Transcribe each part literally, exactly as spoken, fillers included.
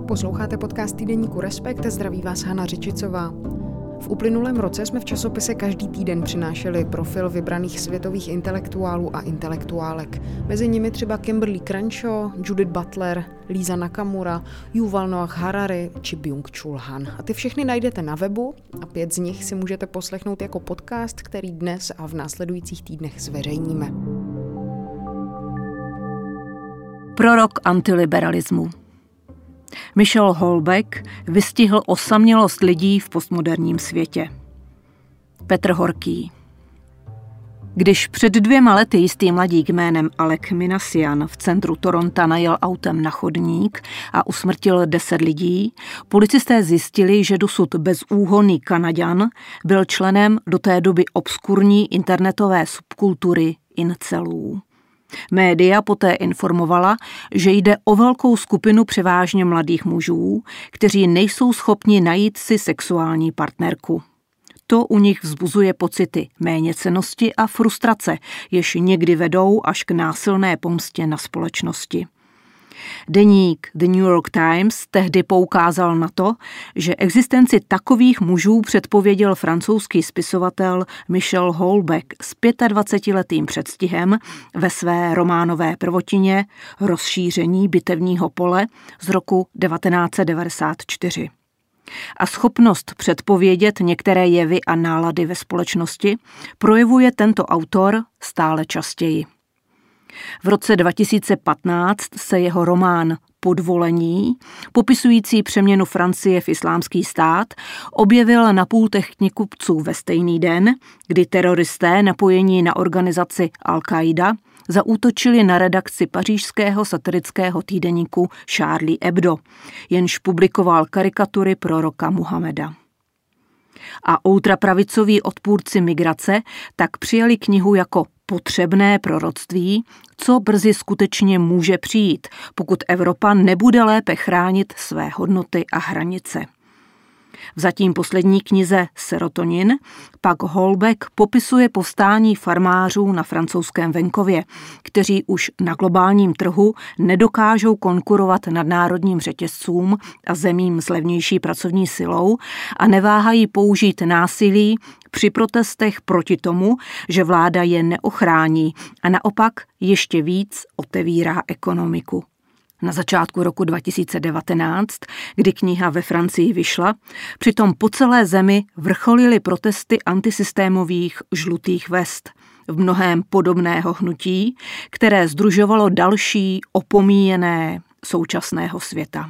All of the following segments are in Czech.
Posloucháte podcast týdeníku Respekt, zdraví vás Hana Řičicová. V uplynulém roce jsme v časopise každý týden přinášeli profil vybraných světových intelektuálů a intelektuálek. Mezi nimi třeba Kimberly Crenshaw, Judith Butler, Lisa Nakamura, Yuval Noah Harari či Byung-Chul Han. A ty všechny najdete na webu a pět z nich si můžete poslechnout jako podcast, který dnes a v následujících týdnech zveřejníme. Prorok antiliberalismu. Michel Houellebecq vystihl osamělost lidí v postmoderním světě. Petr Horký. Když před dvěma lety jistý mladík jménem Alec Minassian v centru Toronta najel autem na chodník a usmrtil deset lidí, policisté zjistili, že dosud bezúhonný Kanaďan byl členem do té doby obskurní internetové subkultury incelů. Média poté informovala, že jde o velkou skupinu převážně mladých mužů, kteří nejsou schopni najít si sexuální partnerku. To u nich vzbuzuje pocity méněcennosti a frustrace, jež někdy vedou až k násilné pomstě na společnosti. Deník The New York Times tehdy poukázal na to, že existenci takových mužů předpověděl francouzský spisovatel Michel Houellebecq s dvacetiletým předstihem ve své románové prvotině Rozšíření bitevního pole z roku devatenáct set devadesát čtyři. A schopnost předpovědět některé jevy a nálady ve společnosti projevuje tento autor stále častěji. V roce dva tisíce patnáct se jeho román Podvolení, popisující přeměnu Francie v islámský stát, objevil na pultech knihkupců ve stejný den, kdy teroristé napojení na organizaci Al-Qaida zaútočili na redakci pařížského satirického týdeníku Charlie Hebdo, jenž publikoval karikatury proroka Muhameda. A ultrapravicoví odpůrci migrace tak přijali knihu jako potřebné proroctví, co brzy skutečně může přijít, pokud Evropa nebude lépe chránit své hodnoty a hranice. V zatím poslední knize Serotonin pak Houellebecq popisuje povstání farmářů na francouzském venkově, kteří už na globálním trhu nedokážou konkurovat nadnárodním řetězcům a zemím s levnější pracovní silou a neváhají použít násilí při protestech proti tomu, že vláda je neochrání a naopak ještě víc otevírá ekonomiku. Na začátku roku dva tisíce devatenáct, kdy kniha ve Francii vyšla, přitom po celé zemi vrcholily protesty antisystémových žlutých vest, v mnohém podobného hnutí, které sdružovalo další opomíjené současného světa.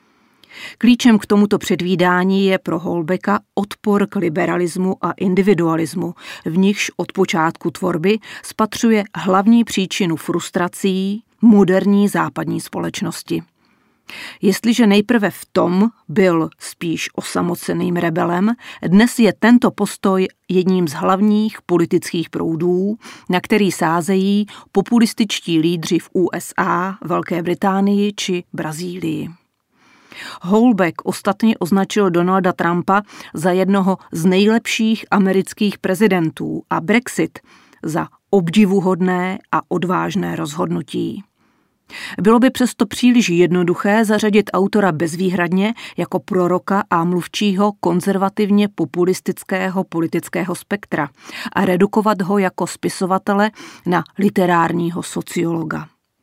Klíčem k tomuto předvídání je pro Houellebecqa odpor k liberalismu a individualismu, v nichž od počátku tvorby spatřuje hlavní příčinu frustrací moderní západní společnosti. Jestliže nejprve v tom byl spíš osamoceným rebelem, dnes je tento postoj jedním z hlavních politických proudů, na který sázejí populističtí lídři v U S A, Velké Británii či Brazílii. Houellebecq ostatně označil Donalda Trumpa za jednoho z nejlepších amerických prezidentů a Brexit za obdivuhodné a odvážné rozhodnutí. Bylo by přesto příliš jednoduché zařadit autora bezvýhradně jako proroka a mluvčího konzervativně populistického politického spektra a redukovat ho jako spisovatele na literárního sociologa.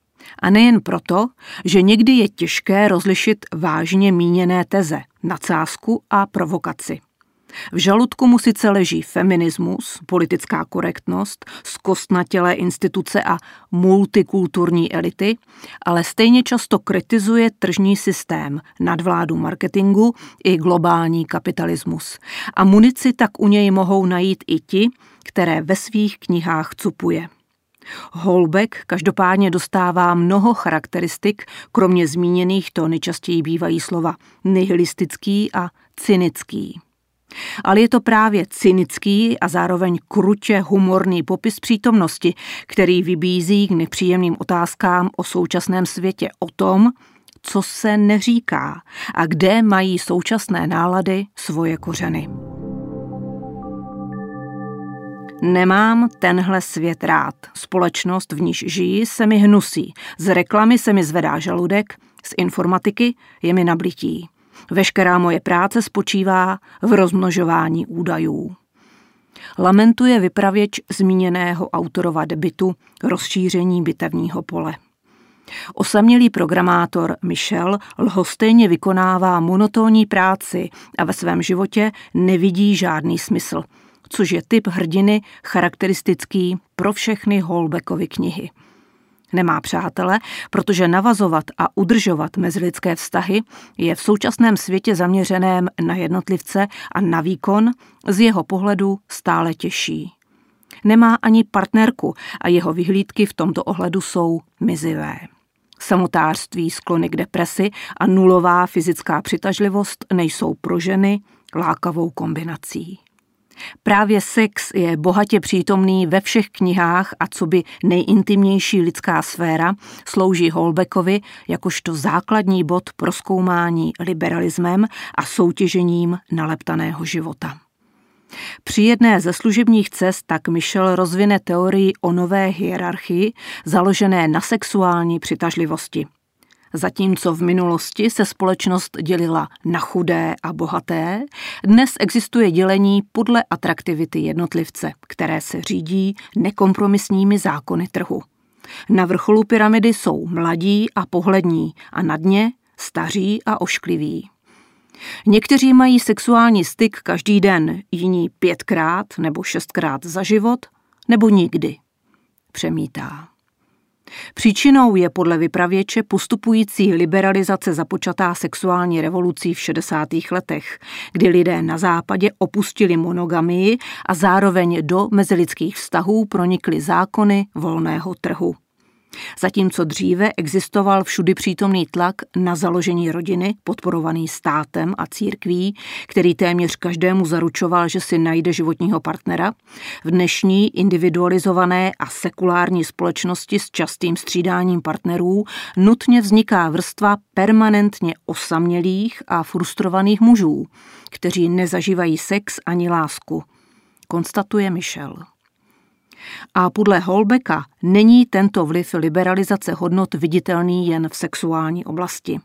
A nejen proto, že někdy je těžké rozlišit vážně míněné teze, nadsázku a provokaci. V žaludku mu sice leží feminismus, politická korektnost, zkostnatělé instituce a multikulturní elity, ale stejně často kritizuje tržní systém, nadvládu marketingu i globální kapitalismus. A munici tak u něj mohou najít i ti, které ve svých knihách cupuje. Houellebecq každopádně dostává mnoho charakteristik, kromě zmíněných to nejčastěji bývají slova nihilistický a cynický. Ale je to právě cynický a zároveň krutě humorný popis přítomnosti, který vybízí k nepříjemným otázkám o současném světě, o tom, co se neříká a kde mají současné nálady svoje kořeny. Nemám tenhle svět rád. Společnost, v níž žijí, se mi hnusí. Z reklamy se mi zvedá žaludek, Z informatiky je mi nablití. Veškerá moje práce spočívá v rozmnožování údajů. Lamentuje vypravěč zmíněného autorova debitu Rozšíření bitevního pole. Osamělý programátor Michel lhostejně vykonává monotónní práci a ve svém životě nevidí žádný smysl, což je typ hrdiny charakteristický pro všechny Houellebeckovy knihy. Nemá přátele, protože navazovat a udržovat mezilidské vztahy je v současném světě zaměřeném na jednotlivce a na výkon z jeho pohledu stále těžší. Nemá ani partnerku a jeho vyhlídky v tomto ohledu jsou mizivé. Samotářství, sklony k depresi a nulová fyzická přitažlivost nejsou pro ženy lákavou kombinací. Právě sex je bohatě přítomný ve všech knihách a coby nejintimnější lidská sféra slouží Houellebeckovi jakožto základní bod prozkoumání liberalismem a soutěžením naleptaného života. Při jedné ze služebních cest tak Michel rozvine teorii o nové hierarchii založené na sexuální přitažlivosti. Zatímco v minulosti se společnost dělila na chudé a bohaté, dnes existuje dělení podle atraktivity jednotlivce, které se řídí nekompromisními zákony trhu. Na vrcholu pyramidy jsou mladí a pohlední a na dně staří a oškliví. Někteří mají sexuální styk každý den, jiní pětkrát nebo šestkrát za život, nebo nikdy. Přemítá. Příčinou je podle vypravěče postupující liberalizace započatá sexuální revolucí v šedesátých letech, kdy lidé na západě opustili monogamii a zároveň do mezilidských vztahů pronikly zákony volného trhu. Zatímco dříve existoval všudy přítomný tlak na založení rodiny, podporovaný státem a církví, který téměř každému zaručoval, že si najde životního partnera, v dnešní individualizované a sekulární společnosti s častým střídáním partnerů nutně vzniká vrstva permanentně osamělých a frustrovaných mužů, kteří nezažívají sex ani lásku, konstatuje Michel. A podle Houellebecka není tento vliv liberalizace hodnot viditelný jen v sexuální oblasti.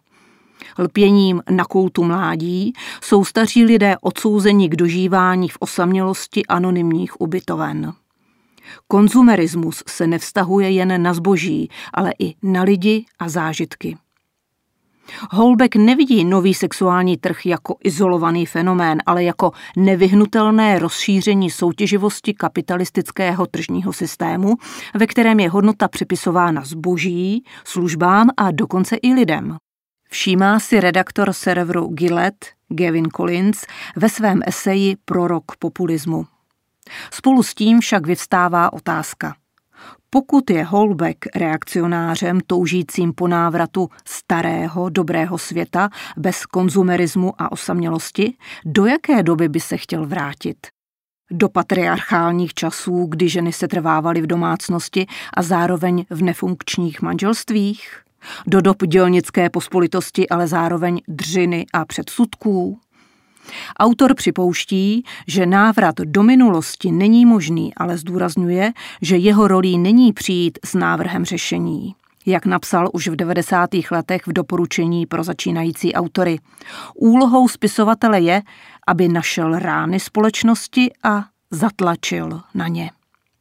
Lpěním na kultu mládí jsou staří lidé odsouzeni k dožívání v osamělosti anonymních ubytoven. Konzumerismus se nevztahuje jen na zboží, ale i na lidi a zážitky. Houellebecq nevidí nový sexuální trh jako izolovaný fenomén, ale jako nevyhnutelné rozšíření soutěživosti kapitalistického tržního systému, ve kterém je hodnota připisována zboží, službám a dokonce i lidem. Všímá si redaktor serveru Gillette Gavin Collins ve svém eseji Prorok populismu. Spolu s tím však vyvstává otázka. Pokud je Houellebecq reakcionářem toužícím po návratu starého, dobrého světa bez konzumerismu a osamělosti, do jaké doby by se chtěl vrátit? Do patriarchálních časů, kdy ženy se trvávaly v domácnosti a zároveň v nefunkčních manželstvích? Do dob dělnické pospolitosti, ale zároveň dřiny a předsudků? Autor připouští, že návrat do minulosti není možný, ale zdůrazňuje, že jeho rolí není přijít s návrhem řešení. Jak napsal už v devadesátých letech v doporučení pro začínající autory. Úlohou spisovatele je, aby našel rány společnosti a zatlačil na ně.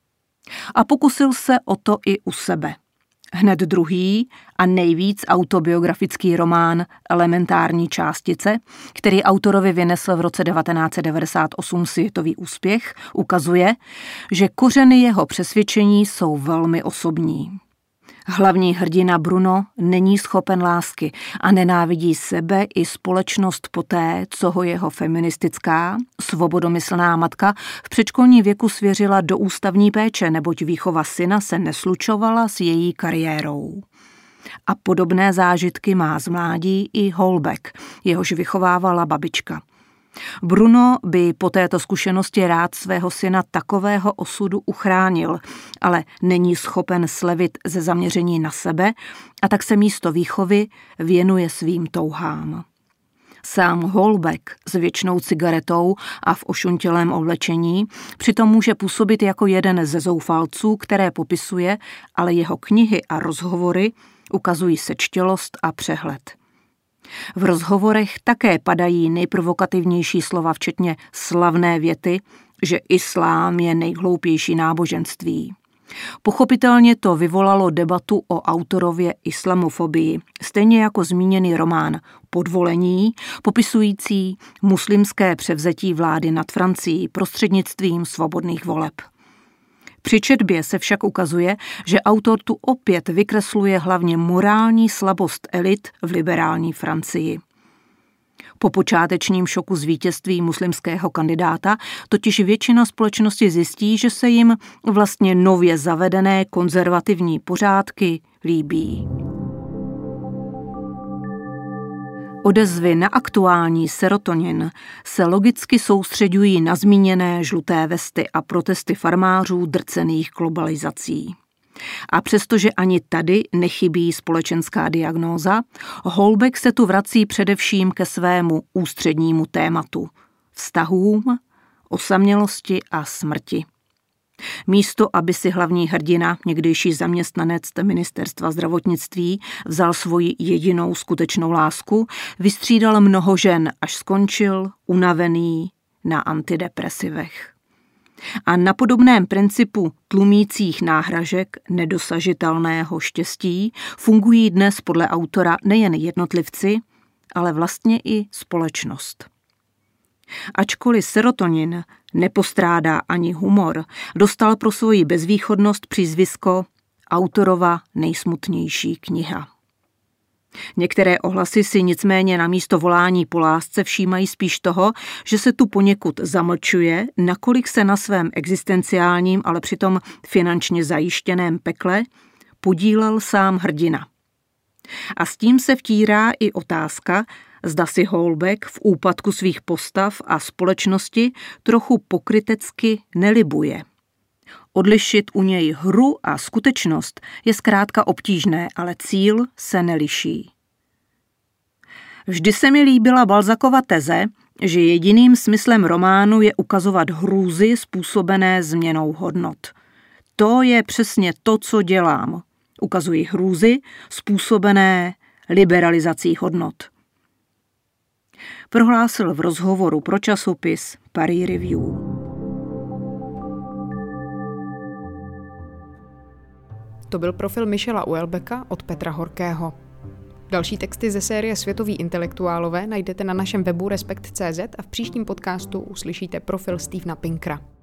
A pokusil se o to i u sebe. Hned druhý a nejvíc autobiografický román Elementární částice, který autorovi vynesl v roce devatenáct set devadesát osm světový úspěch, ukazuje, že kořeny jeho přesvědčení jsou velmi osobní. Hlavní hrdina Bruno není schopen lásky a nenávidí sebe i společnost poté, co ho jeho feministická, svobodomyslná matka v předškolním věku svěřila do ústavní péče, neboť výchova syna se neslučovala s její kariérou. A podobné zážitky má z mládí i Houellebecq, jehož vychovávala babička. Bruno by po této zkušenosti rád svého syna takového osudu uchránil, ale není schopen slevit ze zaměření na sebe a tak se místo výchovy věnuje svým touhám. Sám Houellebecq s věčnou cigaretou a v ošuntělém oblečení přitom může působit jako jeden ze zoufalců, které popisuje, ale jeho knihy a rozhovory Ukazují sečtělost a přehled. V rozhovorech také padají nejprovokativnější slova, včetně slavné věty, že islám je nejhloupější náboženství. Pochopitelně to vyvolalo debatu o autorově islamofobii, stejně jako zmíněný román Podvolení, popisující muslimské převzetí vlády nad Francií prostřednictvím svobodných voleb. Při četbě se však ukazuje, že autor tu opět vykresluje hlavně morální slabost elit v liberální Francii. Po počátečním šoku z vítězství muslimského kandidáta totiž většina společnosti zjistí, že se jim vlastně nově zavedené konzervativní pořádky líbí. Odezvy na aktuální serotonin se logicky soustřeďují na zmíněné žluté vesty a protesty farmářů drcených globalizací. A přestože ani tady nechybí společenská diagnóza, Houellebecq se tu vrací především ke svému ústřednímu tématu – vztahům, osamělosti a smrti. Místo, aby si hlavní hrdina, někdejší zaměstnanec ministerstva zdravotnictví, vzal svoji jedinou skutečnou lásku, vystřídal mnoho žen, až skončil unavený na antidepresivech. A na podobném principu tlumících náhražek nedosažitelného štěstí fungují dnes podle autora nejen jednotlivci, ale vlastně i společnost. Ačkoliv serotonin nepostrádá ani humor, dostal pro svoji bezvýchodnost přízvisko autorova nejsmutnější kniha. Některé ohlasy si nicméně na místo volání po lásce všímají spíš toho, že se tu poněkud zamlčuje, nakolik se na svém existenciálním, ale přitom finančně zajištěném pekle podílel sám hrdina. A s tím se vtírá i otázka, zda si Houellebecq v úpadku svých postav a společnosti trochu pokrytecky nelibuje. Odlišit u něj hru a skutečnost je zkrátka obtížné, ale cíl se neliší. Vždy se mi líbila Balzacova teze, že jediným smyslem románu je ukazovat hrůzy způsobené změnou hodnot. To je přesně to, co dělám. Ukazuji hrůzy způsobené liberalizací hodnot. Prohlásil v rozhovoru pro časopis Paris Review. To byl profil Michela Houellebecqa od Petra Horkého. Další texty ze série Světoví intelektuálové najdete na našem webu respekt tečka cé zet a v příštím podcastu uslyšíte profil Stevena Pinkera.